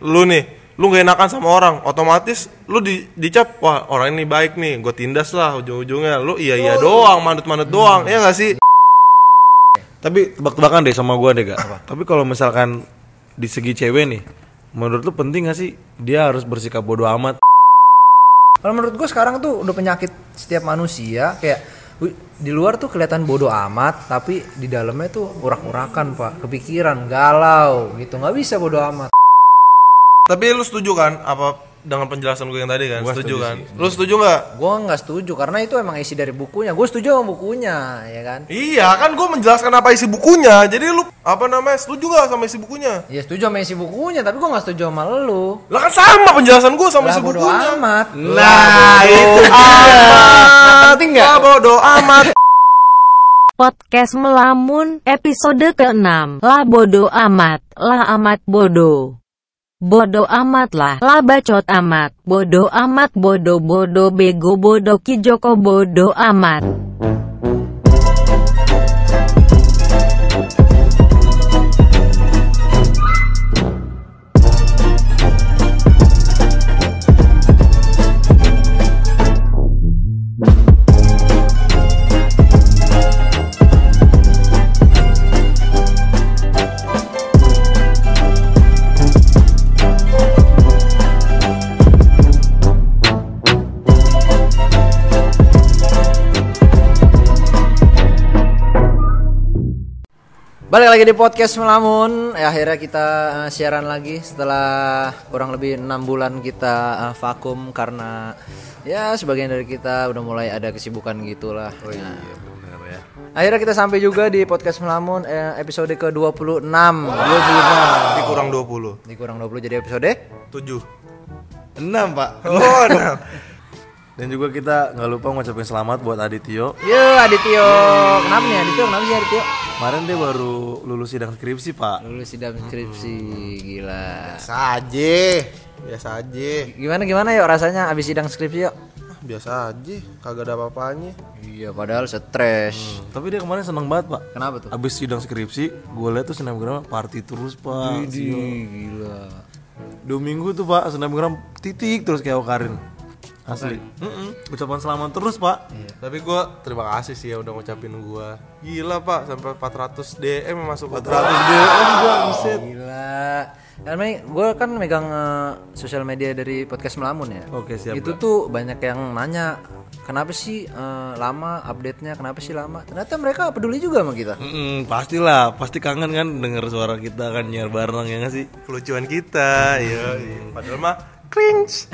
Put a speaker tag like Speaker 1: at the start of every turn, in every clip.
Speaker 1: lu gak enakan sama orang, otomatis lu dicap, wah orang ini baik nih, gue tindas lah ujung-ujungnya. Lu iya doang, manut-manut doang, ya gak sih?
Speaker 2: Tapi tebak-tebakan deh sama gue deh, Gak. Tapi kalau misalkan di segi cewek nih, menurut lu penting gak sih dia harus bersikap bodo amat?
Speaker 3: Kalau menurut gue sekarang tuh udah penyakit setiap manusia, kayak di luar tuh kelihatan bodo amat, tapi di dalamnya tuh urak-urakan pak, kepikiran, galau gitu, nggak bisa bodo amat.
Speaker 1: Tapi lu setuju kan apa dengan penjelasan gue yang tadi kan?
Speaker 2: Gua
Speaker 1: setuju kan?
Speaker 2: sih.
Speaker 1: Lu setuju nggak?
Speaker 3: Gue nggak setuju karena itu emang isi dari bukunya. Gue setuju sama bukunya, ya kan?
Speaker 1: Iya kan gue menjelaskan apa isi bukunya. Jadi lu setuju gak sama isi bukunya?
Speaker 3: Ya setuju sama isi bukunya, tapi gue nggak setuju sama lu.
Speaker 1: Lah kan sama penjelasan gue sama isi
Speaker 3: bodo
Speaker 1: bukunya.
Speaker 3: amat.
Speaker 1: Nah itu amat.
Speaker 3: Penting nggak?
Speaker 1: Lah bodo amat.
Speaker 4: Podcast Melamun episode ke-6. Lah bodo amat, lah amat bodo. Bodo amat lah bacot amat. Bodo amat, bodo bego, bodo kijoko, bodo amat.
Speaker 3: Balik lagi di podcast Melamun. Akhirnya kita siaran lagi setelah kurang lebih 6 bulan kita vakum karena ya sebagian dari kita udah mulai ada kesibukan gitulah.
Speaker 2: Oh iya benar ya.
Speaker 3: Akhirnya kita sampai juga di podcast Melamun episode ke-26. 25.
Speaker 1: Dikurang 20.
Speaker 3: Dikurang 20 jadi episode
Speaker 1: 7.
Speaker 2: 6 pak.
Speaker 1: Oh, nah.
Speaker 2: Dan juga kita nggak lupa ngucapin selamat buat Adityo.
Speaker 3: Yo Adityo. Kenapa nih Adityo? Kenapa sih Adityo?
Speaker 2: Kemarin dia baru lulus sidang skripsi pak.
Speaker 3: Lulus sidang skripsi, gila.
Speaker 1: Biasa aja.
Speaker 3: Gimana yuk rasanya abis sidang skripsi yuk?
Speaker 1: Biasa aja, kagak ada apa-apanya.
Speaker 3: Iya padahal stres.
Speaker 2: Tapi dia kemarin seneng banget pak.
Speaker 3: Kenapa tuh?
Speaker 2: Abis sidang skripsi, gue liat tuh snapgram party terus pak.
Speaker 3: Gila.
Speaker 2: 2 minggu tuh pak snapgram titik terus kayak Karin. Asli. Ucapan selamat terus pak.
Speaker 1: Iya. Tapi gue terima kasih sih ya udah ngucapin gue. Gila pak, sampai 400 DM masuk
Speaker 2: 400 DM gue buset.
Speaker 3: Gila. Karena gue kan megang sosial media dari podcast Melamun ya.
Speaker 2: Oke, siap,
Speaker 3: itu
Speaker 2: Bang.
Speaker 3: tuh banyak yang nanya, kenapa sih lama update-nya? Kenapa sih lama? Ternyata mereka peduli juga sama kita.
Speaker 2: Pastilah, pasti kangen kan denger suara kita kan nyiar bareng ya nggak sih?
Speaker 1: kelucuan kita. Iya. Padahal mah cringe.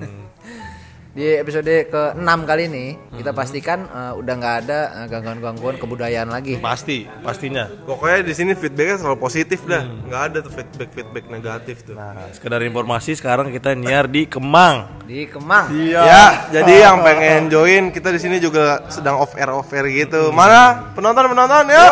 Speaker 3: Di episode ke-6 kali ini kita pastikan udah nggak ada gangguan-gangguan kebudayaan lagi.
Speaker 2: Pastinya.
Speaker 1: Pokoknya di sini feedbacknya selalu positif dah. Nggak ada tuh feedback negatif tuh.
Speaker 2: Nah, sekedar informasi sekarang kita nyiar di Kemang.
Speaker 3: Di Kemang.
Speaker 1: Ya, jadi yang pengen join kita di sini juga sedang off air gitu. Mana penonton ya?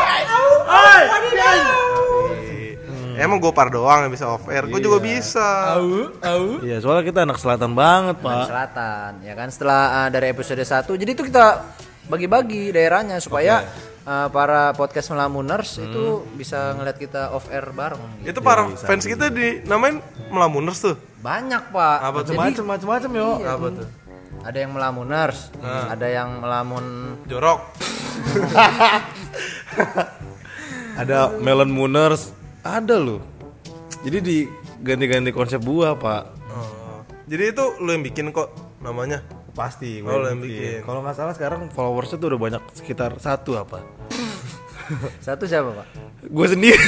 Speaker 1: Emang Gopar doang yang bisa off air. Gue juga bisa.
Speaker 2: Iya, soalnya kita anak selatan banget,
Speaker 3: Dari
Speaker 2: Pak.
Speaker 3: Selatan ya kan setelah dari episode 1 jadi itu kita bagi-bagi daerahnya supaya para podcast Melamuners itu bisa ngeliat kita off air bareng gitu.
Speaker 1: Itu para fans kita dinamain Melamuners tuh.
Speaker 3: Banyak pak.
Speaker 1: Apa tuh?
Speaker 3: Jadi,
Speaker 2: Macam-macam yo.
Speaker 3: iya,
Speaker 1: Apa tuh?
Speaker 3: ada yang Melamuners, ada yang melamun
Speaker 1: Jorok.
Speaker 2: Ada Melon Mooners, ada loh. Jadi diganti-ganti konsep buah, Pak.
Speaker 1: Jadi itu lu yang bikin kok namanya?
Speaker 2: Pasti.
Speaker 1: Oh, lo yang bikin.
Speaker 2: Kalau nggak salah sekarang followersnya tuh udah banyak, sekitar 1 apa?
Speaker 3: satu siapa pak?
Speaker 2: Gue sendiri.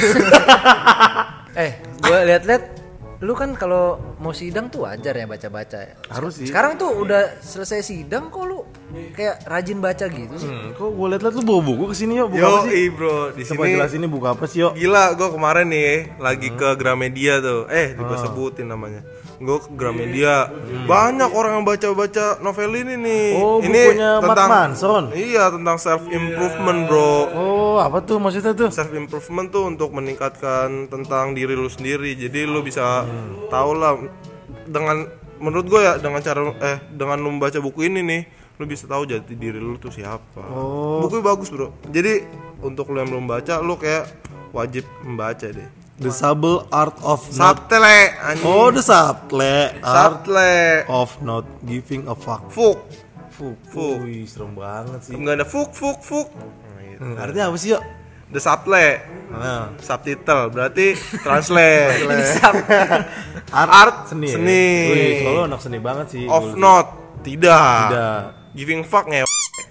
Speaker 3: Gue lihat-lihat lu kan kalau mau sidang tuh wajar ya baca-baca ya.
Speaker 2: Harus sih.
Speaker 3: Sekarang tuh udah selesai sidang kok lu kayak rajin baca gitu sih.
Speaker 2: Kok gue liat-liat lu bawa buku kesini yo, buku apa sih?
Speaker 1: Bro, di
Speaker 2: Coba
Speaker 1: sini
Speaker 2: jelasin ini buku apa sih yo?
Speaker 1: gila, gue kemarin nih lagi ke Gramedia tuh. Gue sebutin namanya. Gue ke Gramedia. Banyak orang yang baca-baca novel ini nih.
Speaker 2: Oh,
Speaker 1: ini
Speaker 2: bukunya Mark Manson.
Speaker 1: Iya, tentang self improvement, Bro.
Speaker 2: Oh, apa tuh maksudnya tuh?
Speaker 1: Self improvement tuh untuk meningkatkan tentang diri lu sendiri. Jadi lu bisa tahu lah dengan menurut gue ya dengan cara dengan lu membaca buku ini nih, lu bisa tahu jati diri lu tuh siapa.
Speaker 2: Oh.
Speaker 1: Bukunya bagus, Bro. Jadi untuk lu yang belum baca, lu kayak wajib membaca deh.
Speaker 2: The Subtle Art of Not.
Speaker 1: Satle anjing.
Speaker 2: Oh, the subtle art
Speaker 1: Satle.
Speaker 2: of not giving a fuck.
Speaker 1: Fuk.
Speaker 2: Fuck. Wih, serem banget sih.
Speaker 1: Enggak ada fuk.
Speaker 2: Artinya apa sih, yuk?
Speaker 1: The Satle.
Speaker 2: Nah,
Speaker 1: Subtitle berarti translate.
Speaker 2: art seni.
Speaker 1: Seni.
Speaker 2: Wih, kalau anak seni banget sih.
Speaker 1: Of not. Tidak.
Speaker 2: Tidak.
Speaker 1: Giving fuck nge.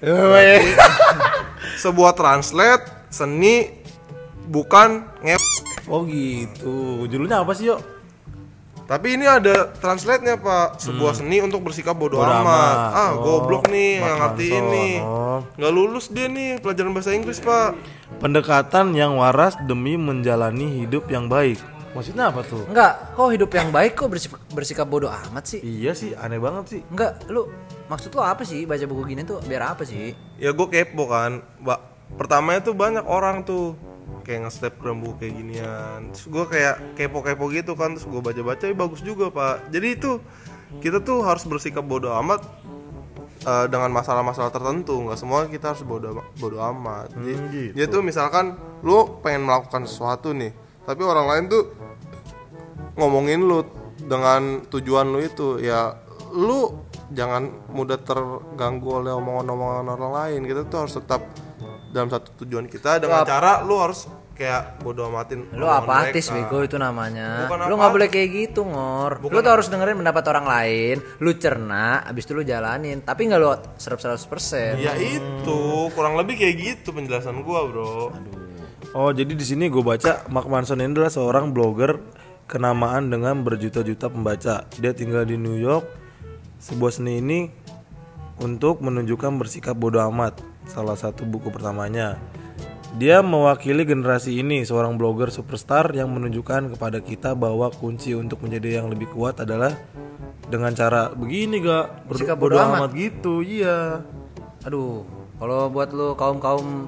Speaker 1: Sebuah translate seni bukan nge.
Speaker 2: Oh gitu. Judulnya apa sih, yuk?
Speaker 1: Tapi ini ada translate-nya Pak. Sebuah seni untuk bersikap bodoh
Speaker 2: Bodo
Speaker 1: amat.
Speaker 2: amat.
Speaker 1: Goblok nih
Speaker 2: Mark
Speaker 1: yang ngerti
Speaker 2: Manson.
Speaker 1: ini.
Speaker 2: Oh.
Speaker 1: Nggak lulus dia nih pelajaran bahasa Inggris Pak.
Speaker 2: Pendekatan yang waras demi menjalani hidup yang baik. Maksudnya apa tuh?
Speaker 3: Enggak, kok hidup yang baik kok bersikap bodoh amat sih?
Speaker 2: Iya sih, aneh banget sih.
Speaker 3: Enggak, lu maksud lu apa sih baca buku gini tuh biar apa sih?
Speaker 1: Ya gue kepo kan. Pertamanya tuh banyak orang tuh kayak nge-snapgram buku kayak ginian. Terus gue kayak kepo-kepo gitu kan. Terus gue baca-baca, bagus juga Pak. Jadi itu kita tuh harus bersikap bodoh amat dengan masalah-masalah tertentu. Nggak semua kita harus bodoh amat. Jadi dia tuh misalkan lu pengen melakukan sesuatu nih, tapi orang lain tuh ngomongin lu dengan tujuan lu itu, ya lu jangan mudah terganggu oleh omongan-omongan orang lain. Kita tuh harus tetap dalam satu tujuan kita dengan cara lu harus kayak bodo amatin.
Speaker 3: Lu apatis bego itu namanya.
Speaker 1: Bukan
Speaker 3: Lu nggak boleh kayak gitu, Ngor. Lu tuh harus dengerin pendapat orang lain, lu cerna, abis itu lu jalanin. Tapi nggak lu serap 100%.
Speaker 1: Ya itu kurang lebih kayak gitu penjelasan gua, Bro.
Speaker 2: Oh, jadi di sini gue baca Mark Manson ini adalah seorang blogger kenamaan dengan berjuta-juta pembaca. Dia tinggal di New York. Sebuah seni ini untuk menunjukkan bersikap bodoh amat. Salah satu buku pertamanya. Dia mewakili generasi ini, seorang blogger superstar yang menunjukkan kepada kita bahwa kunci untuk menjadi yang lebih kuat adalah dengan cara begini gak?
Speaker 3: Bersikap
Speaker 2: Bodoh
Speaker 3: bodo amat
Speaker 2: gitu, iya.
Speaker 3: Aduh, kalau buat lu kaum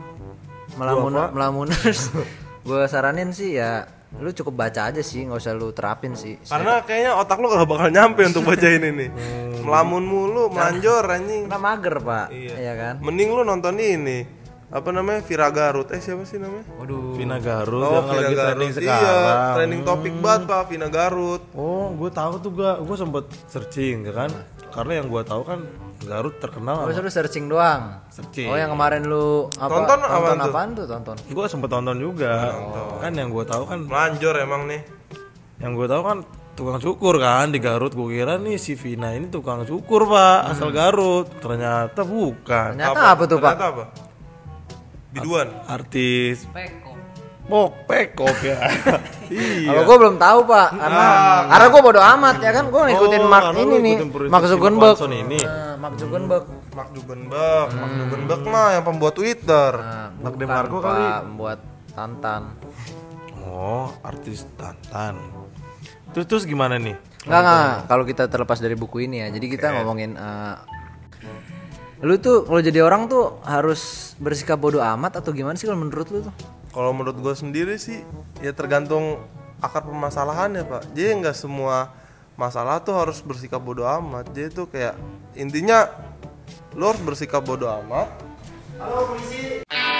Speaker 3: melamuners, gue saranin sih ya lu cukup baca aja sih, nggak usah lu terapin sih.
Speaker 1: Karena kayaknya otak lu gak bakal nyampe untuk baca ini nih. Melamun mulu, melanjor anjing.
Speaker 3: Karena mager pak, iya kan?
Speaker 1: Mending lu nonton ini. Apa namanya? Vira Garut. Siapa sih namanya?
Speaker 3: Waduh.
Speaker 2: Vina Garut
Speaker 1: Oh,
Speaker 2: yang
Speaker 1: Vina
Speaker 2: lagi
Speaker 1: Garut.
Speaker 2: trending
Speaker 1: Iya,
Speaker 2: sekarang.
Speaker 1: trending topik banget Pak, Vina Garut.
Speaker 2: Oh, gue tahu tuh gue sempet searching ya kan. Karena yang gue tahu kan Garut terkenal.
Speaker 3: Gue suruh searching doang.
Speaker 2: Searching.
Speaker 3: Oh yang kemarin lu
Speaker 1: Tonton apaan tuh?
Speaker 3: apaan tuh tonton?
Speaker 2: Gue sempet tonton juga. Kan yang gue tahu kan,
Speaker 1: Melanjor emang nih.
Speaker 2: yang gue tahu kan tukang cukur kan di Garut. Gue kira nih si Vina ini tukang cukur pak, asal Garut. Ternyata bukan.
Speaker 3: Ternyata apa tuh pak?
Speaker 1: Ternyata apa? Biduan.
Speaker 2: Artis
Speaker 3: Peko.
Speaker 2: Pekop ya. Iya.
Speaker 3: Kalau gue belum tahu pak, karena gue bodo amat ya kan, gue ngikutin Mark
Speaker 2: karena
Speaker 3: ini
Speaker 2: lu
Speaker 3: nih,
Speaker 2: ikutin prinsip
Speaker 3: Mark Zuckerberg.
Speaker 2: Manson ini.
Speaker 3: Mark Zuckerberg.
Speaker 1: Mark Zuckerberg mah yang pembuat Twitter.
Speaker 2: Mark
Speaker 3: Bukan,
Speaker 2: DeMarco
Speaker 3: Pak,
Speaker 2: kali.
Speaker 3: buat Tantan.
Speaker 2: Oh, artis Tantan. Terus gimana nih?
Speaker 3: Enggak. Kalau kita terlepas dari buku ini ya, jadi kita ngomongin lu tuh kalau jadi orang tuh harus bersikap bodoh amat atau gimana sih kalau menurut lu tuh?
Speaker 1: Kalau menurut gue sendiri sih ya tergantung akar permasalahannya Pak. Jadi nggak semua masalah tuh harus bersikap bodoh amat. Jadi tuh kayak intinya lo harus bersikap bodoh amat. Halo polisi.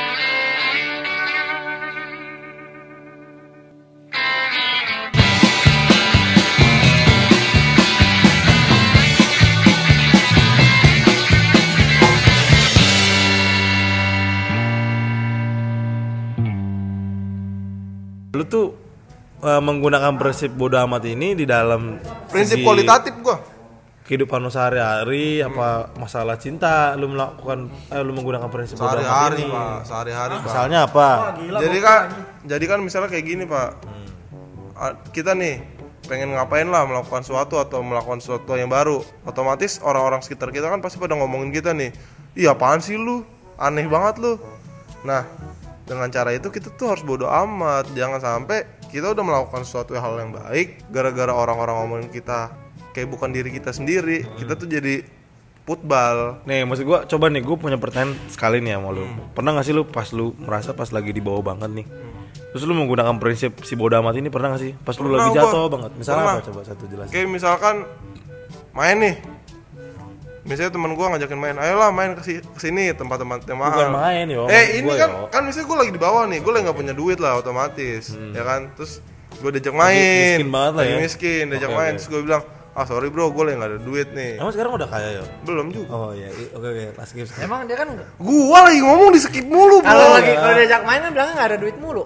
Speaker 2: Lu tuh menggunakan prinsip bodo amat ini di dalam
Speaker 1: Prinsip
Speaker 2: segi
Speaker 1: kualitatif gue.
Speaker 2: kehidupan lu sehari-hari, apa masalah cinta lu melakukan lu menggunakan prinsip bodo amat
Speaker 1: Sehari-hari
Speaker 2: ini.
Speaker 1: Pak, sehari-hari Pak.
Speaker 2: Misalnya apa?
Speaker 1: Jadi kan misalnya kayak gini Pak. Kita nih pengen ngapain lah, melakukan sesuatu atau melakukan sesuatu yang baru, otomatis orang-orang sekitar kita kan pasti pada ngomongin kita nih, iya apaan sih lu, aneh banget lu. Nah dengan cara itu kita tuh harus bodo amat, jangan sampai kita udah melakukan sesuatu hal yang baik gara-gara orang-orang ngomongin kita kayak bukan diri kita sendiri. Kita tuh jadi football.
Speaker 2: Nih maksud gua, coba nih gue punya pertanyaan sekali nih sama lu. Pernah gak sih lu pas lu merasa pas lagi di bawah banget nih, terus lu menggunakan prinsip si bodo amat ini, pernah gak sih? Pas lu lagi jatuh banget, misalnya
Speaker 1: Pernah.
Speaker 2: apa, coba satu jelasin.
Speaker 1: Kayak misalkan main nih, misalnya teman gua ngajakin main, ayolah main kesini tempat-tempat yang mahal.
Speaker 2: Bukan main yo.
Speaker 1: Ini
Speaker 2: gua,
Speaker 1: kan
Speaker 2: yo.
Speaker 1: kan misalnya gua lagi di bawah nih, gua lagi nggak punya duit lah otomatis, ya kan. Terus Gue diajak main.
Speaker 2: miskin banget lah
Speaker 1: Lagi
Speaker 2: ya.
Speaker 1: miskin, diajak
Speaker 2: Oke,
Speaker 1: main.
Speaker 2: oke.
Speaker 1: Terus gue bilang, sorry bro, gue lagi gak ada duit nih.
Speaker 2: Emang sekarang udah kaya ya?
Speaker 1: Belum juga.
Speaker 2: Oh iya, oke pas skip.
Speaker 3: Emang dia kan
Speaker 1: Gua lagi ngomong di skip mulu bro.
Speaker 3: kalau diajak main kan bilangnya nggak ada duit mulu.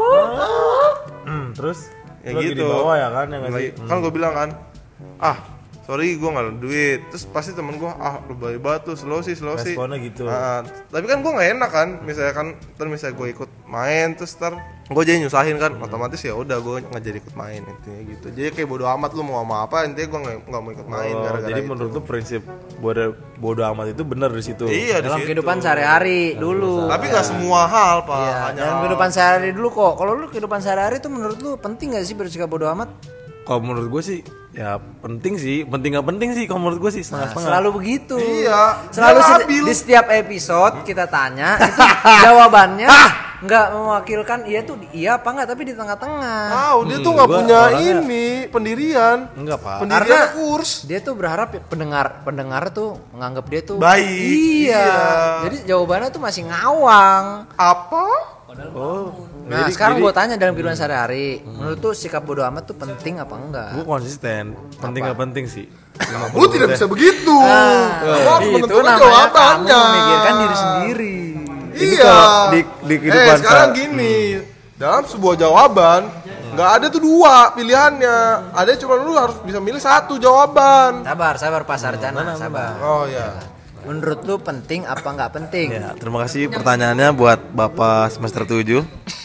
Speaker 2: Terus
Speaker 1: Ya
Speaker 2: lu lagi
Speaker 1: gitu.
Speaker 2: di bawah ya kan yang ngasih.
Speaker 1: Kan gue bilang kan, sorry gue gak ada duit. Terus pasti temen gue, lu bayi banget tuh, slow sih.
Speaker 2: Responnya gitu.
Speaker 1: Tapi kan gue gak enak kan, misalnya kan ntar misalnya gue ikut main, terus ntar gue jadi nyusahin kan, otomatis ya udah gue nggak jadi ikut main intinya gitu. Jadi kayak bodo amat lu mau ngomong apa, intinya gue nggak mau ikut main gara-gara
Speaker 2: Jadi
Speaker 1: itu.
Speaker 2: menurut lu prinsip bodo amat itu benar di situ.
Speaker 1: Iya di
Speaker 3: Dalam
Speaker 1: situ.
Speaker 3: kehidupan sehari-hari dulu.
Speaker 1: Tapi nggak semua hal pak.
Speaker 3: Iya,
Speaker 1: Hanya
Speaker 3: dalam kehidupan sehari-hari dulu kok. Kalau lu kehidupan sehari-hari tuh menurut lu penting gak sih bersikap bodo amat?
Speaker 2: Kalau menurut gue sih ya penting sih, penting nggak penting sih kalau menurut gue sih setengah-setengah.
Speaker 3: Selalu begitu.
Speaker 1: Iya,
Speaker 3: Selalu
Speaker 1: dia labil.
Speaker 3: di setiap episode kita tanya itu jawabannya nggak mewakilkan iya tuh iya apa enggak tapi di tengah-tengah.
Speaker 1: dia tuh nggak
Speaker 2: gua
Speaker 1: punya
Speaker 2: orangnya-
Speaker 1: ini pendirian.
Speaker 2: Enggak, Pak.
Speaker 1: Pendirian kurs.
Speaker 3: Dia tuh berharap pendengar tuh menganggap dia tuh
Speaker 1: Baik.
Speaker 3: Iya.
Speaker 1: Iya.
Speaker 3: Jadi jawabannya tuh masih ngawang.
Speaker 1: Apa?
Speaker 2: Oh.
Speaker 3: Nah, sekarang gue tanya dalam kehidupan sehari-hari, menurut tuh sikap bodo amat tuh penting apa enggak?
Speaker 2: Gue konsisten, penting nggak penting sih.
Speaker 1: Lu tidak bisa begitu. Kamu harus
Speaker 3: Itu
Speaker 1: menentukan
Speaker 3: namanya kamu
Speaker 1: jawabannya.
Speaker 3: memikirkan diri sendiri.
Speaker 1: Iya.
Speaker 2: kalau di kehidupan
Speaker 1: sekarang gini, dalam sebuah jawaban nggak ada tuh dua pilihannya. Ada cuma lu harus bisa milih satu jawaban.
Speaker 3: Sabar Pak Sarjana, sabar.
Speaker 1: Oh ya.
Speaker 3: Menurut lu penting apa nggak penting?
Speaker 2: Ya, terima kasih pertanyaannya buat Bapak semester 7.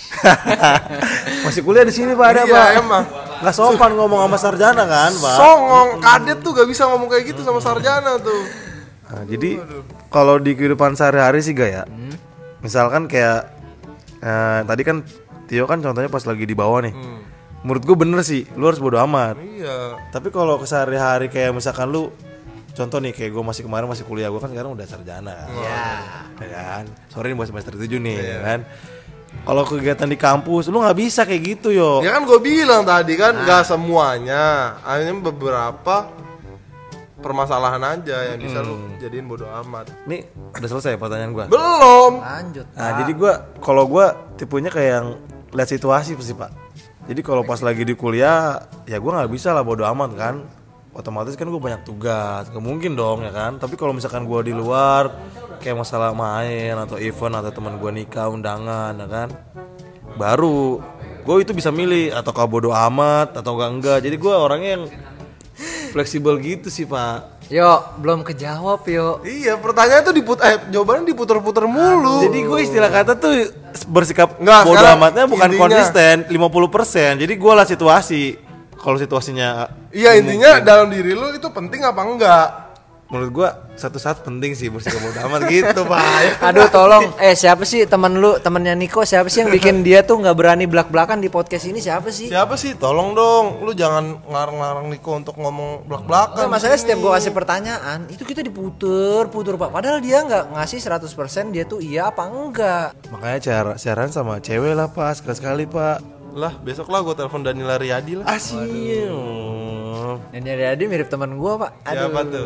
Speaker 2: Masih kuliah di sini Pak ada
Speaker 1: Iya,
Speaker 2: Pak.
Speaker 1: emang.
Speaker 2: Nggak sopan ngomong sama sarjana kan Pak.
Speaker 1: Songong, kadet tuh gak bisa ngomong kayak gitu sama sarjana tuh.
Speaker 2: Nah, jadi kalau di kehidupan sehari-hari sih gak ya. Misalkan kayak tadi kan Tio kan contohnya pas lagi di bawah nih. Menurut gue bener sih, lu harus bodo amat.
Speaker 1: Iya.
Speaker 2: Tapi kalau ke sehari-hari kayak misalkan lu contoh nih kayak gue kemarin masih kuliah, gue kan sekarang udah sarjana.
Speaker 3: Iya.
Speaker 2: Ya kan. Sorry nih buat semester 7 nih, ya kan. Kalau kegiatan di kampus lu nggak bisa kayak gitu yo.
Speaker 1: Ya kan gue bilang tadi kan nggak semuanya, hanya beberapa permasalahan aja yang bisa lu jadiin bodo amat.
Speaker 2: Nih udah selesai pertanyaan gue.
Speaker 1: Belum.
Speaker 3: Lanjut.
Speaker 2: Nah jadi kalau gue tipenya kayak yang lihat situasi pasti Pak. Jadi kalau pas lagi di kuliah ya gue nggak bisa lah bodo amat kan. Otomatis kan gue banyak tugas, nggak mungkin dong ya kan. Tapi kalau misalkan gue di luar kayak masalah main atau event atau teman gue nikah undangan ya kan, baru gue itu bisa milih atau kau bodo amat atau enggak. Jadi gue orangnya yang fleksibel gitu sih Pak.
Speaker 3: Yo, belum kejawab yo.
Speaker 1: Iya, pertanyaan tuh jawabannya diputer-puter mulu.
Speaker 2: Jadi gue istilah kata tuh bersikap
Speaker 1: Nggak,
Speaker 2: bodo
Speaker 1: sekarang
Speaker 2: amatnya bukan
Speaker 1: intinya-
Speaker 2: konsisten 50%. Jadi gue lah situasi. Kalau situasinya
Speaker 1: Iya, intinya dalam diri lu itu penting apa enggak?
Speaker 2: menurut gue satu saat penting sih bersikap bodo amat gitu Pak.
Speaker 3: Aduh tolong, siapa sih temennya Niko, siapa sih yang bikin dia tuh nggak berani belak-belakan di podcast ini, siapa sih?
Speaker 1: Siapa sih? Tolong dong, lu jangan ngarang-ngarang Niko untuk ngomong belak-belakan.
Speaker 3: Nah, masalahnya setiap gua kasih pertanyaan, itu kita diputer Pak. Padahal dia nggak ngasih 100% dia tuh iya apa enggak.
Speaker 2: Makanya siaran sama cewek lah Pak, sekali-sekali Pak.
Speaker 1: Lah, besok lah gue telepon Danila Riyadi lah.
Speaker 2: Asyik.
Speaker 3: Dan Riyadi mirip teman gua, Pak. Aduh.
Speaker 1: Siapa tuh?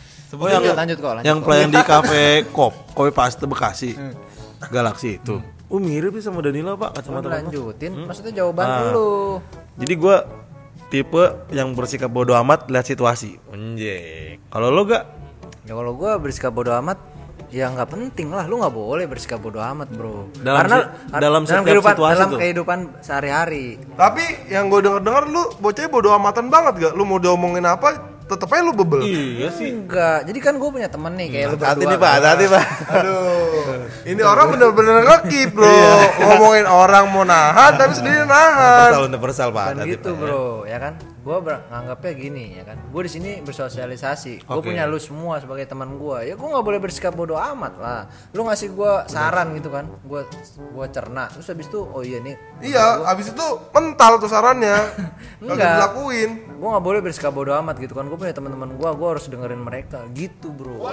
Speaker 3: Lanjut kok.
Speaker 2: Yang pelayan di kafe Kopi Paste Bekasi. Galaksi itu. Oh mirip sih sama Danila Pak kacamata.
Speaker 3: Lanjutin, maksudnya jawaban lu.
Speaker 2: Jadi gue tipe yang bersikap bodo amat lihat situasi. Anjing. Kalau lo gak?
Speaker 3: Ya kalau gua bersikap bodo amat, ya nggak penting lah, lu nggak boleh bersikap bodo amat bro.
Speaker 2: Dalam setiap situasi
Speaker 3: dalam
Speaker 2: tuh.
Speaker 3: kehidupan sehari-hari.
Speaker 1: Tapi yang gue denger lu bocahnya bodo amatan banget gak? Lu mau diomongin apa? Tetep aja lu bebel.
Speaker 2: Iya sih.
Speaker 3: Enggak, jadi kan gue punya temen nih kayak lu
Speaker 2: Hati
Speaker 3: berdua.
Speaker 2: nih Pak, hati Pak.
Speaker 1: Aduh, ini orang bener-bener ngekip bro. Ngomongin orang mau nahan tapi sendiri nahan.
Speaker 2: Universal Pak.
Speaker 3: Kan
Speaker 2: hati,
Speaker 3: gitu
Speaker 2: Pak.
Speaker 3: bro, ya kan? Gue nganggapnya gini ya kan. Gue di sini bersosialisasi. Gue
Speaker 2: Oke.
Speaker 3: punya lu semua sebagai teman gue. Ya gue nggak boleh bersikap bodo amat lah. Lu ngasih gue saran gitu kan, gue cerna. Terus habis itu, oh iya nih.
Speaker 1: Iya, abis itu mental tuh sarannya. Gak
Speaker 3: Enggak.
Speaker 1: dilakuin.
Speaker 3: Gue nggak boleh bersikap bodo amat gitu kan. Gue punya teman-teman gue harus dengerin mereka gitu bro.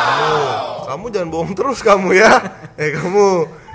Speaker 1: Kamu jangan bohong terus kamu ya. Kamu.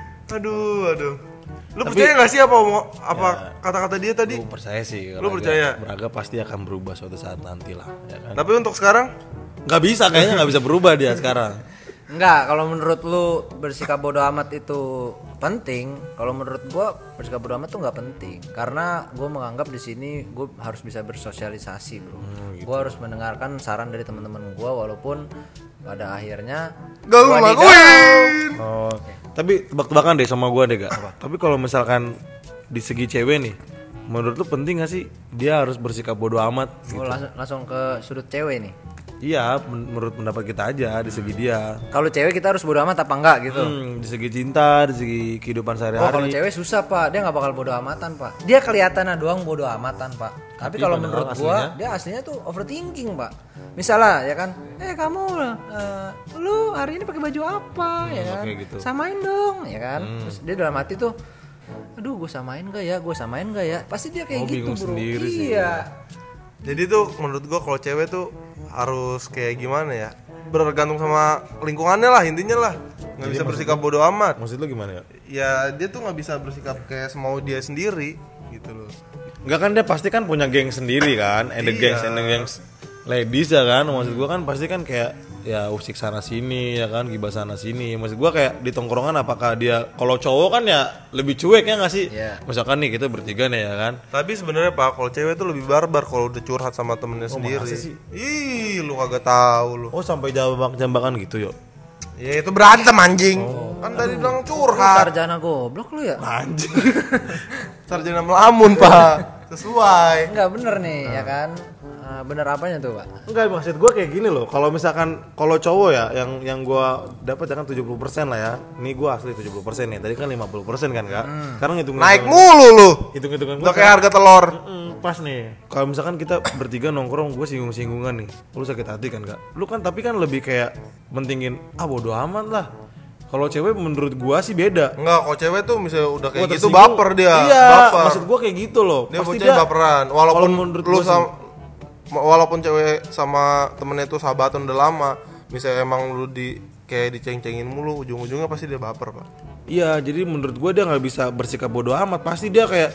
Speaker 1: Aduh. Lu percaya gak sih apa kata-kata dia tadi?
Speaker 2: Gue percaya sih.
Speaker 1: Lu percaya?
Speaker 2: Braga pasti akan berubah suatu saat nanti lah. Ya kan?
Speaker 1: Tapi untuk sekarang
Speaker 2: Nggak bisa kayaknya nggak bisa berubah dia sekarang.
Speaker 3: Enggak, kalau menurut lu bersikap bodo amat itu penting. Kalau menurut gue bersikap bodo amat tuh nggak penting, karena gue menganggap di sini gue harus bisa bersosialisasi, bro.
Speaker 2: gitu.
Speaker 3: Gue harus mendengarkan saran dari teman-teman gue, walaupun pada akhirnya
Speaker 1: Gak lu
Speaker 3: gua
Speaker 1: lakuin.
Speaker 2: Oh, tapi tebak-tebakan deh sama gua deh gak. Tapi kalau misalkan di segi cewek nih, menurut lu penting gak sih dia harus bersikap bodo amat?
Speaker 3: Oh, langsung ke sudut cewek nih.
Speaker 2: Iya, menurut pendapat kita aja di segi dia.
Speaker 3: Kalau cewek kita harus bodo amat apa enggak gitu?
Speaker 2: Di segi cinta, di segi kehidupan
Speaker 3: Oh, kalau
Speaker 2: sehari-hari.
Speaker 3: cewek susah, Pak. Dia nggak bakal bodo amatan, Pak. Dia kelihatannya doang bodo amatan, Pak. Tapi kalau
Speaker 2: padahal
Speaker 3: menurut gua, dia aslinya tuh overthinking, Pak. Misalnya ya kan, kamu lu hari ini pakai baju apa, ya kan?
Speaker 2: kayak gitu.
Speaker 3: Samain dong, ya kan? Terus dia dalam hati tuh, aduh, gue samain gak ya? Pasti dia kayak gitu,
Speaker 2: bingung
Speaker 3: bro.
Speaker 2: sendiri sih.
Speaker 3: Iya.
Speaker 1: Jadi tuh menurut gua kalau cewek tuh harus kayak gimana ya? Bergantung sama lingkungannya lah intinya lah. Nggak bisa bersikap bodo amat.
Speaker 2: Maksud lu gimana ya?
Speaker 1: Ya dia tuh nggak bisa bersikap kayak semau dia sendiri gitu loh.
Speaker 2: Enggak kan dia pasti kan punya geng sendiri kan, and the
Speaker 1: Iya.
Speaker 2: gangs ladies ya kan. Maksud gua kan pasti kan kayak ya usik sana sini ya kan, gibah sana sini. Maksud gua kayak di tongkrongan apakah dia kalau cowok kan ya lebih cuek ya nggak sih?
Speaker 3: Iya.
Speaker 2: Misalkan nih kita bertiga nih ya kan.
Speaker 1: Tapi sebenarnya Pak, kalau cewek tuh lebih barbar kalau udah curhat sama temennya sendiri.
Speaker 2: masa sih?
Speaker 1: Ih, lu kagak tahu lu.
Speaker 2: Oh sampai jambakan gitu yuk.
Speaker 1: Ya itu berantem anjing. Kan tadi bilang
Speaker 3: Lu
Speaker 1: curhat.
Speaker 3: sarjana goblok lu ya?
Speaker 1: Anjing. Sarjana melamun, Pak. Sesuai.
Speaker 3: Enggak bener nih, ya kan? Bener apanya tuh, Pak?
Speaker 2: Enggak, maksud gue kayak gini loh. Kalau misalkan kalau cowok ya yang gue dapat ya kan 70% lah ya. Ini gue asli 70% nih. Tadi kan 50% kan, Kak. Sekarang hitung
Speaker 1: Naik mulu lu.
Speaker 2: hitung-hitungan
Speaker 1: Udah kayak harga telur.
Speaker 2: pas nih. Kalau misalkan kita bertiga nongkrong, gue singgung-singgungan nih. Lu sakit hati kan, Kak? Lu kan tapi kan lebih kayak mentingin bodo amat lah. Kalau cewek menurut gua sih beda.
Speaker 1: Enggak, kalau cewek tuh misalnya udah kayak
Speaker 2: Gua
Speaker 1: gitu
Speaker 2: tersinggung.
Speaker 1: baper dia.
Speaker 2: Iya,
Speaker 1: Baper.
Speaker 2: maksud gua kayak gitu loh.
Speaker 1: Dia
Speaker 2: Pasti
Speaker 1: bocahnya baperan. Walaupun
Speaker 2: kalau menurut
Speaker 1: lu
Speaker 2: gua
Speaker 1: sama walaupun cewek sama temennya itu sahabatan udah lama, misalnya emang lu kayak diceng-cengin mulu, ujung-ujungnya pasti dia baper, Pak.
Speaker 2: Iya, jadi menurut gua dia nggak bisa bersikap bodoh amat. Pasti dia kayak,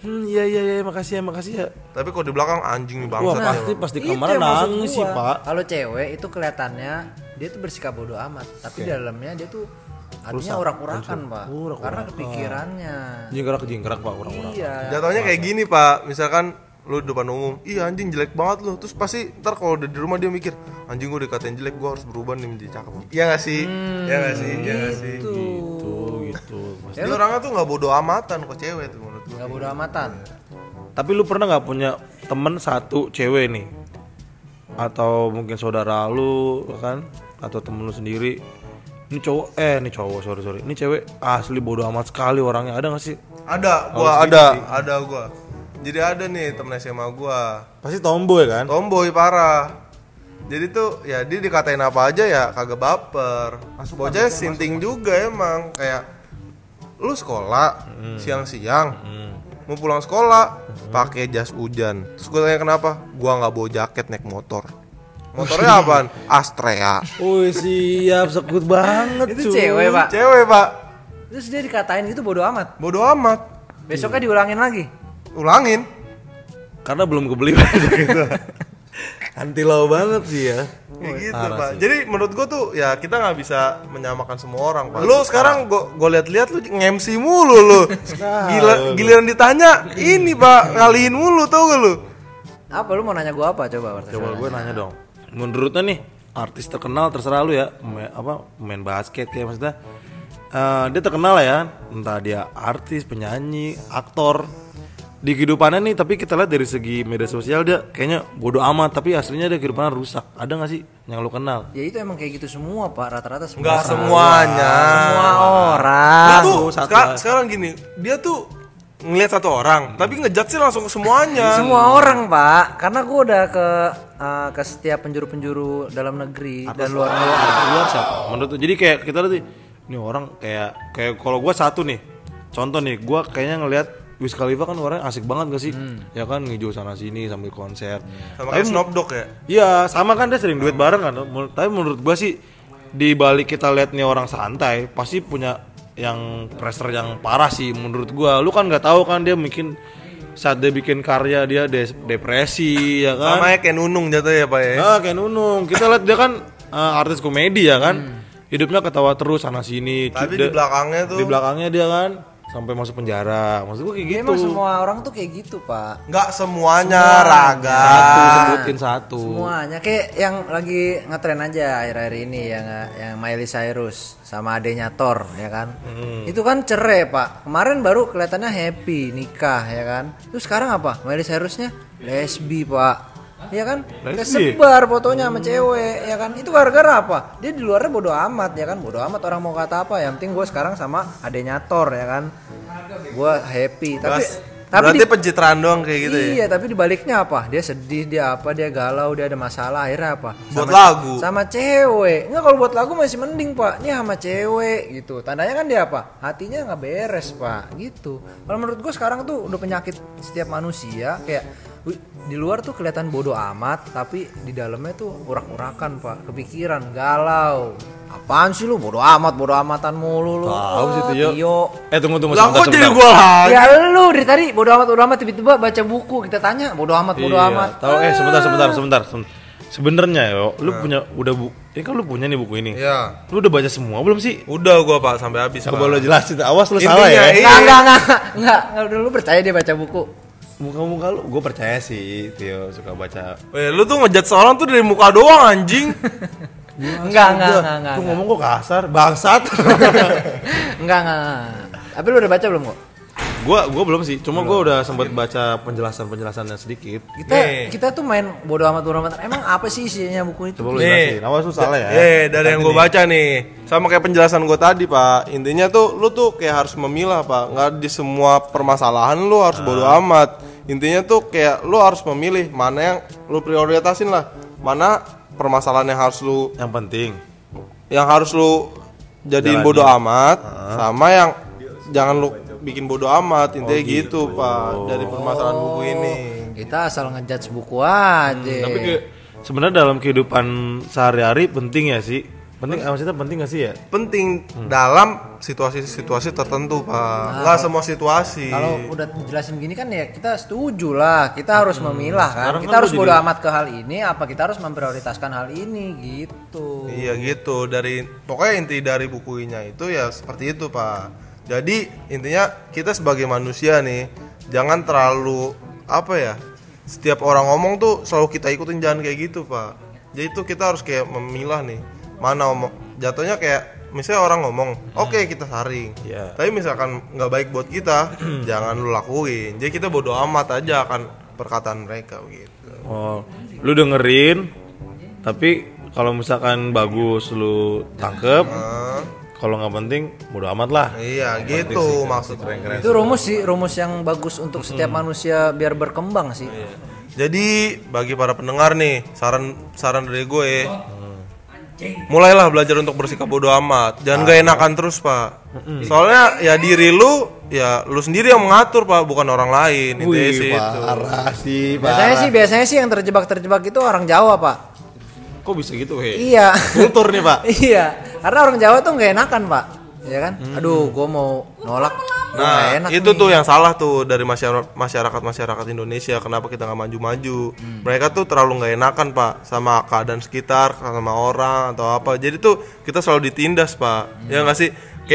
Speaker 2: iya, makasih ya.
Speaker 1: Tapi kalau di belakang anjing nih
Speaker 2: Wah,
Speaker 1: bangsat.
Speaker 2: pasti
Speaker 3: Itu
Speaker 2: kamar
Speaker 3: yang maksud
Speaker 2: nangis
Speaker 3: gua.
Speaker 2: sih, Pak.
Speaker 3: Kalau cewek itu kelihatannya dia tuh bersikap bodoh amat, tapi di dalamnya dia tuh hatinya urak-urakan, Pak. Karena kepikirannya.
Speaker 2: Jingkrak, Pak, orang-orang.
Speaker 3: Iya.
Speaker 1: Jatuhnya kayak gini, Pak. Misalkan lu depan umum, iya anjing jelek banget lu. Terus pasti ntar kalau udah di rumah dia mikir, anjing gue dikatain jelek, gue harus berubah nih menjadi cakep. Iya gak sih? Iya gak sih? Iya gak sih?
Speaker 2: Gitu.
Speaker 1: Dia orangnya tuh gak bodo amatan kok cewek tuh menurut gue.
Speaker 3: Gak bodoh amatan.
Speaker 2: Tapi lu pernah nggak punya temen satu cewek nih? Atau mungkin saudara lu kan? Atau temen lu sendiri? Ini cowok, sorry. Ini cewek asli bodoh amat sekali orangnya. Ada nggak sih?
Speaker 1: Ada, ada gua. Jadi ada nih temen SMA gua.
Speaker 2: Pasti tomboy kan?
Speaker 1: Tomboy parah. Jadi tuh ya dia dikatain apa aja ya kagak baper. Bocahnya sinting juga emang kayak lu sekolah siang-siang mau pulang sekolah pakai jas hujan. Terus gue tanya kenapa? Gua nggak bawa jaket naik motor. Motornya apaan? Astrea.
Speaker 2: Wih siap, sekut banget
Speaker 3: Itu cewek, Pak.
Speaker 1: Cewek, Pak.
Speaker 3: Terus dia dikatain gitu bodoh amat.
Speaker 1: Bodoh amat.
Speaker 3: Besoknya diulangin lagi.
Speaker 1: Ulangin.
Speaker 2: Karena belum kebeli gitu. Anti-lau banget sih ya.
Speaker 1: Kayak gitu, Pak. Jadi menurut gua tuh ya kita nggak bisa menyamakan semua orang, Pak. Lu sekarang gua lihat-lihat lu nge-MC mulu lu. Giliran ditanya ini, Pak, ngalihin mulu tau gak lu?
Speaker 3: Apa lu mau nanya gua apa coba?
Speaker 2: Coba gue nanya dong. Menurutnya nih artis terkenal terserah lu ya, main basket kayak maksudnya dia terkenal lah ya, entah dia artis, penyanyi, aktor. Di kehidupannya nih, tapi kita lihat dari segi media sosial dia kayaknya bodoh amat, tapi aslinya dia kehidupannya rusak. Ada nggak sih yang lu kenal?
Speaker 3: Ya itu emang kayak gitu semua, Pak. Rata-rata semua.
Speaker 1: Enggak semuanya.
Speaker 3: Semua orang.
Speaker 1: Dia tuh sekarang gini, dia tuh ngelihat satu orang, tapi ngejudge sih langsung ke semuanya.
Speaker 3: Semua orang, Pak. Karena gua udah ke setiap penjuru-penjuru dalam negeri dan luar negeri.
Speaker 2: Luar siapa? Menurut jadi kayak kita lihat nih orang kayak kalau gua satu nih. Contoh nih, gua kayaknya ngelihat Wiz Khalifa kan orangnya asik banget gak sih? Ya kan ngijau sana sini sambil konser.
Speaker 1: Sama kayak Snoop Dogg ya.
Speaker 2: Iya, sama kan dia sering duet bareng kan. Tapi menurut gua sih di balik kita lihat nih orang santai, pasti punya yang pressure yang parah sih menurut gua. Lu kan nggak tahu kan dia mungkin saat dia bikin karya dia depresi ya kan.
Speaker 1: Namanya kayak Nunung jatuh ya, Pak ya.
Speaker 2: Kayak Nunung. Kita lihat dia kan artis komedi ya kan. hidupnya ketawa terus sana sini.
Speaker 1: Tapi di belakangnya tuh
Speaker 2: Di belakangnya dia kan sampai masuk penjara. Maksud gue kayak gitu.
Speaker 3: Emang semua orang tuh kayak gitu, Pak.
Speaker 1: nggak semuanya Raga.
Speaker 2: Satu sebutin satu.
Speaker 3: Semuanya kayak yang lagi ngetren aja akhir-akhir ini yang Miley Cyrus sama adenya Thor ya kan. Itu kan cerai, Pak. Kemarin baru kelihatannya happy nikah ya kan. Terus sekarang apa? Miley Cyrusnya lesbi, Pak. Iya kan? Udah
Speaker 2: Lesbi?
Speaker 3: sebar fotonya sama cewek ya kan. Itu gara-gara apa? Dia di luarnya bodo amat ya kan. Bodo amat orang mau kata apa. Yang penting gue sekarang sama adenya Thor ya kan. Gue happy. Tapi
Speaker 1: Berarti pencitraan doang kayak gitu ya.
Speaker 3: iya, tapi dibaliknya apa? Dia sedih, dia apa? Dia galau, dia ada masalah. Akhirnya apa?
Speaker 1: Buat lagu.
Speaker 3: Sama cewek. Enggak, kalau buat lagu masih mending, Pak. Ini sama cewek gitu. Tandanya kan dia apa? Hatinya nggak beres, Pak. Gitu. Kalau menurut gue sekarang tuh udah penyakit setiap manusia. Kayak di luar tuh kelihatan bodoh amat, tapi di dalamnya tuh urak-urakan, Pak. Kepikiran, galau. Apaan sih lu? Bodoh amatan mulu lu.
Speaker 2: Tahu sih Tio.
Speaker 3: Tio.
Speaker 2: Tunggu
Speaker 1: Lah kok jadi gua lagi?
Speaker 3: Ya lu dari tadi bodo amat tiba-tiba baca buku kita tanya bodo amat.
Speaker 2: Tahu sebentar. Sebenarnya yo, lu punya ini kan lu punya nih buku ini.
Speaker 1: Iya.
Speaker 2: Lu udah baca semua belum sih?
Speaker 1: Udah gua Pak sampai habis.
Speaker 2: Coba lu
Speaker 1: Pak.
Speaker 2: jelasin. Awas lu
Speaker 1: Intinya,
Speaker 2: salah ya.
Speaker 1: iya.
Speaker 3: Enggak, lu percaya dia baca buku?
Speaker 2: Muka-muka lu gue percaya sih, Tio suka baca.
Speaker 1: Lu tuh ngejat seorang tuh dari muka doang anjing.
Speaker 3: Enggak.
Speaker 2: Lu ngomong kok kasar, bangsat.
Speaker 3: Enggak. Tapi lu udah baca belum kok?
Speaker 2: Gua belum sih, cuma gua udah sempat baca penjelasannya sedikit.
Speaker 3: Kita tuh main bodo amat. Emang apa sih isinya buku itu?
Speaker 2: Coba lu jelasin. Awas lu salah ya.
Speaker 1: Dari yang gue baca nih, sama kayak penjelasan gue tadi Pak. Intinya tuh lu tuh kayak harus memilah Pak. Nggak di semua permasalahan lu harus bodo amat. Intinya tuh kayak lu harus memilih mana yang lu prioritasin lah. Mana permasalahan yang harus lu harus lu jadiin bodo amat, sama yang jangan lu bikin bodo amat. Intinya gitu Pak dari permasalahan buku ini.
Speaker 3: Kita asal ngejudge buku aja.
Speaker 2: Tapi sebenarnya dalam kehidupan sehari-hari penting ya sih. Maksudnya penting gak sih ya?
Speaker 1: Penting dalam situasi-situasi tertentu Pak. Nggak semua situasi.
Speaker 3: Kalau udah dijelasin gini kan ya kita setuju lah. Kita harus memilah kan.
Speaker 2: Sekarang
Speaker 3: Kita
Speaker 2: kan
Speaker 3: harus
Speaker 2: lu
Speaker 3: bodo
Speaker 2: juga-
Speaker 3: amat ke hal ini. Apa kita harus memprioritaskan hal ini gitu.
Speaker 1: Iya gitu, pokoknya inti dari bukunya itu ya seperti itu Pak. Jadi intinya kita sebagai manusia nih jangan terlalu setiap orang ngomong tuh selalu kita ikutin, jangan kayak gitu Pak. Jadi itu kita harus kayak memilah nih mana jatuhnya kayak misalnya orang ngomong oke, kita saring.
Speaker 2: Iya.
Speaker 1: Tapi misalkan nggak baik buat kita jangan lu lakuin. Jadi kita bodo amat aja akan perkataan mereka gitu.
Speaker 2: Oh, lu dengerin, tapi kalau misalkan bagus lu tangkep, kalau nggak penting bodo amat lah.
Speaker 1: Iya gitu maksudnya.
Speaker 3: Itu rumus yang bagus untuk setiap manusia biar berkembang sih.
Speaker 1: Jadi bagi para pendengar nih, saran dari gue, mulailah belajar untuk bersikap bodo amat. Jangan gak enakan terus Pak. Soalnya ya diri lu, ya lu sendiri yang mengatur Pak, bukan orang lain. Intinya sih itu.
Speaker 2: Parah sih,
Speaker 3: Biasanya sih yang terjebak itu orang Jawa, Pak.
Speaker 2: Kok bisa gitu,
Speaker 3: Iya.
Speaker 2: Kultur nih, Pak.
Speaker 3: Iya, karena orang Jawa tuh nggak enakan, Pak. Iya kan? Aduh, gue mau nolak.
Speaker 1: Nah,
Speaker 3: enak
Speaker 1: itu
Speaker 3: nih.
Speaker 1: tuh yang salah tuh dari masyarakat Indonesia. Kenapa kita nggak maju-maju? Mereka tuh terlalu nggak enakan Pak sama keadaan sekitar, sama orang atau apa. Jadi tuh kita selalu ditindas Pak. Ya nggak sih?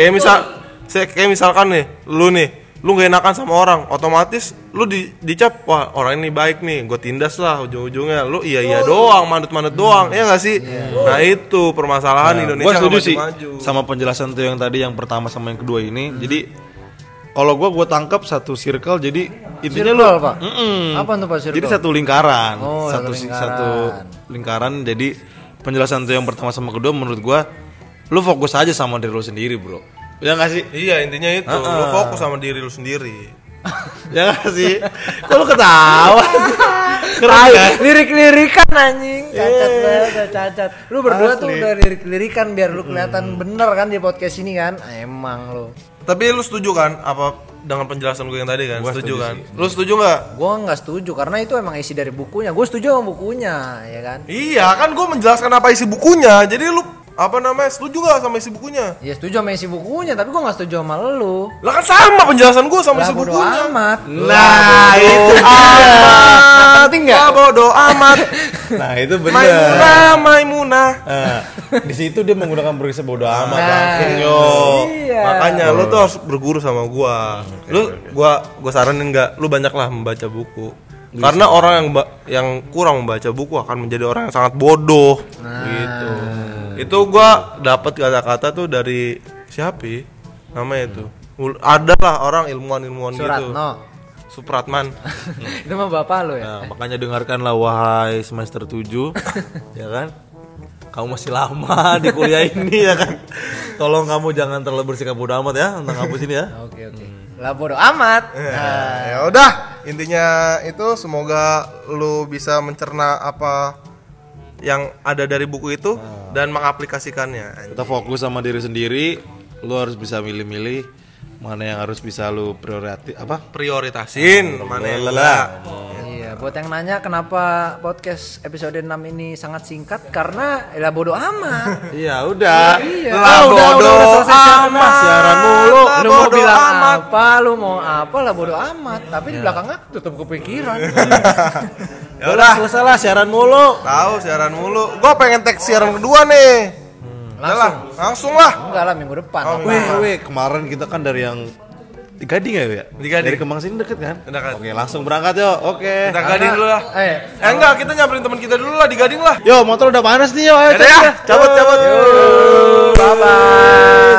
Speaker 1: Kayak misalkan nih, lu nggak enakan sama orang, otomatis lu dicap wah orang ini baik nih, gue tindas lah ujung-ujungnya. Lu iya doang, manut doang, ya nggak sih? Nah itu permasalahan Indonesia.
Speaker 2: Gue setuju sih
Speaker 1: maju.
Speaker 2: sama penjelasan tuh yang tadi yang pertama sama yang kedua ini. Jadi kalau gue tangkap satu circle, jadi intinya
Speaker 3: Circle,
Speaker 2: lu
Speaker 3: Pak? Apa tuh Pak circle?
Speaker 2: jadi satu lingkaran,
Speaker 3: Oh,
Speaker 2: satu
Speaker 3: lingkaran.
Speaker 2: lingkaran. Jadi penjelasan tuh yang pertama sama kedua menurut gue, lu fokus aja sama diri lu sendiri bro. Ya nggak sih?
Speaker 1: Iya intinya itu, lu fokus sama diri lu sendiri.
Speaker 2: Ya nggak sih? Kok lu ketawa?
Speaker 3: Keren kan? Lirik-lirikan anjing. Cacat banget, cacat. Lu berdua tuh udah lirik-lirikan biar lu kelihatan bener kan di podcast ini kan. Emang lu.
Speaker 1: Tapi lu setuju kan apa dengan penjelasan gue yang tadi kan?
Speaker 2: Gua
Speaker 1: Setuju
Speaker 2: setuju
Speaker 1: kan?
Speaker 2: sih.
Speaker 1: Lu setuju nggak?
Speaker 3: Gua nggak setuju karena itu emang isi dari bukunya. Gue setuju sama bukunya, ya kan?
Speaker 1: Iya kan gue menjelaskan apa isi bukunya. Jadi lu setuju gak sama isi bukunya?
Speaker 3: Ya setuju sama isi bukunya, tapi gue gak setuju sama lu.
Speaker 1: Lah kan sama penjelasan gue sama isi
Speaker 3: Bodo
Speaker 1: bukunya.
Speaker 3: amat.
Speaker 2: Nah, itu
Speaker 3: Yang penting nggak?
Speaker 1: Bodo amat.
Speaker 2: Nah, itu bener.
Speaker 1: Maimunah.
Speaker 2: Nah, di situ dia menggunakan berkisah bodo amat
Speaker 3: Nah,
Speaker 2: langsung yo.
Speaker 3: iya.
Speaker 1: Makanya lu tuh harus berguru sama gua. Gua saranin enggak, lu banyaklah membaca buku. Karena orang yang kurang membaca buku akan menjadi orang yang sangat bodoh. Gitu. Itu gua dapat kata-kata tuh dari siapa? Namanya tuh. Ada lah orang ilmuwan-ilmuwan gitu.
Speaker 3: Suratno.
Speaker 1: Supratman.
Speaker 3: Itu mah bapak lu ya.
Speaker 2: Nah, makanya dengarkanlah wahai semester 7 ya kan? Kamu masih lama di kuliah ini ya kan? Tolong kamu jangan terlalu bersikap bodo amat ya tentang kampus ini ya.
Speaker 3: Oke. Lah bodo amat.
Speaker 1: Ya udah, intinya itu semoga lu bisa mencerna apa yang ada dari buku itu dan mengaplikasikannya.
Speaker 2: Kita fokus sama diri sendiri, lu harus bisa milih-milih mana yang harus bisa lu
Speaker 1: Prioritasin mana yang enggak.
Speaker 3: Iya, buat yang nanya kenapa podcast episode 6 ini sangat singkat, karena ya bodo amat.
Speaker 2: Iya, udah.
Speaker 3: Iya.
Speaker 2: Udah selesai siaran mulu.
Speaker 3: Lu mau bilang apa, lu mau apa lah bodo amat. Tapi di belakangnya tutup kepikiran.
Speaker 1: Ya udah,
Speaker 2: Selesai lah siaran mulu.
Speaker 1: tahu siaran mulu. Gua pengen tag siaran kedua nih. Langsung lah.
Speaker 3: Enggak lah, minggu depan.
Speaker 2: Weh, kemarin kita kan dari yang di Gading ya?
Speaker 1: Di Gading.
Speaker 2: Dari Kemang sini deket kan?
Speaker 1: Dekat.
Speaker 2: Oke, langsung berangkat yuk. Oke.
Speaker 1: Kita Gading dulu lah. Enggak, kita nyamperin teman kita dulu lah di Gading lah.
Speaker 2: Yo, motor udah panas nih yo. Ayo
Speaker 1: Ya, cabut.
Speaker 2: Bye bye.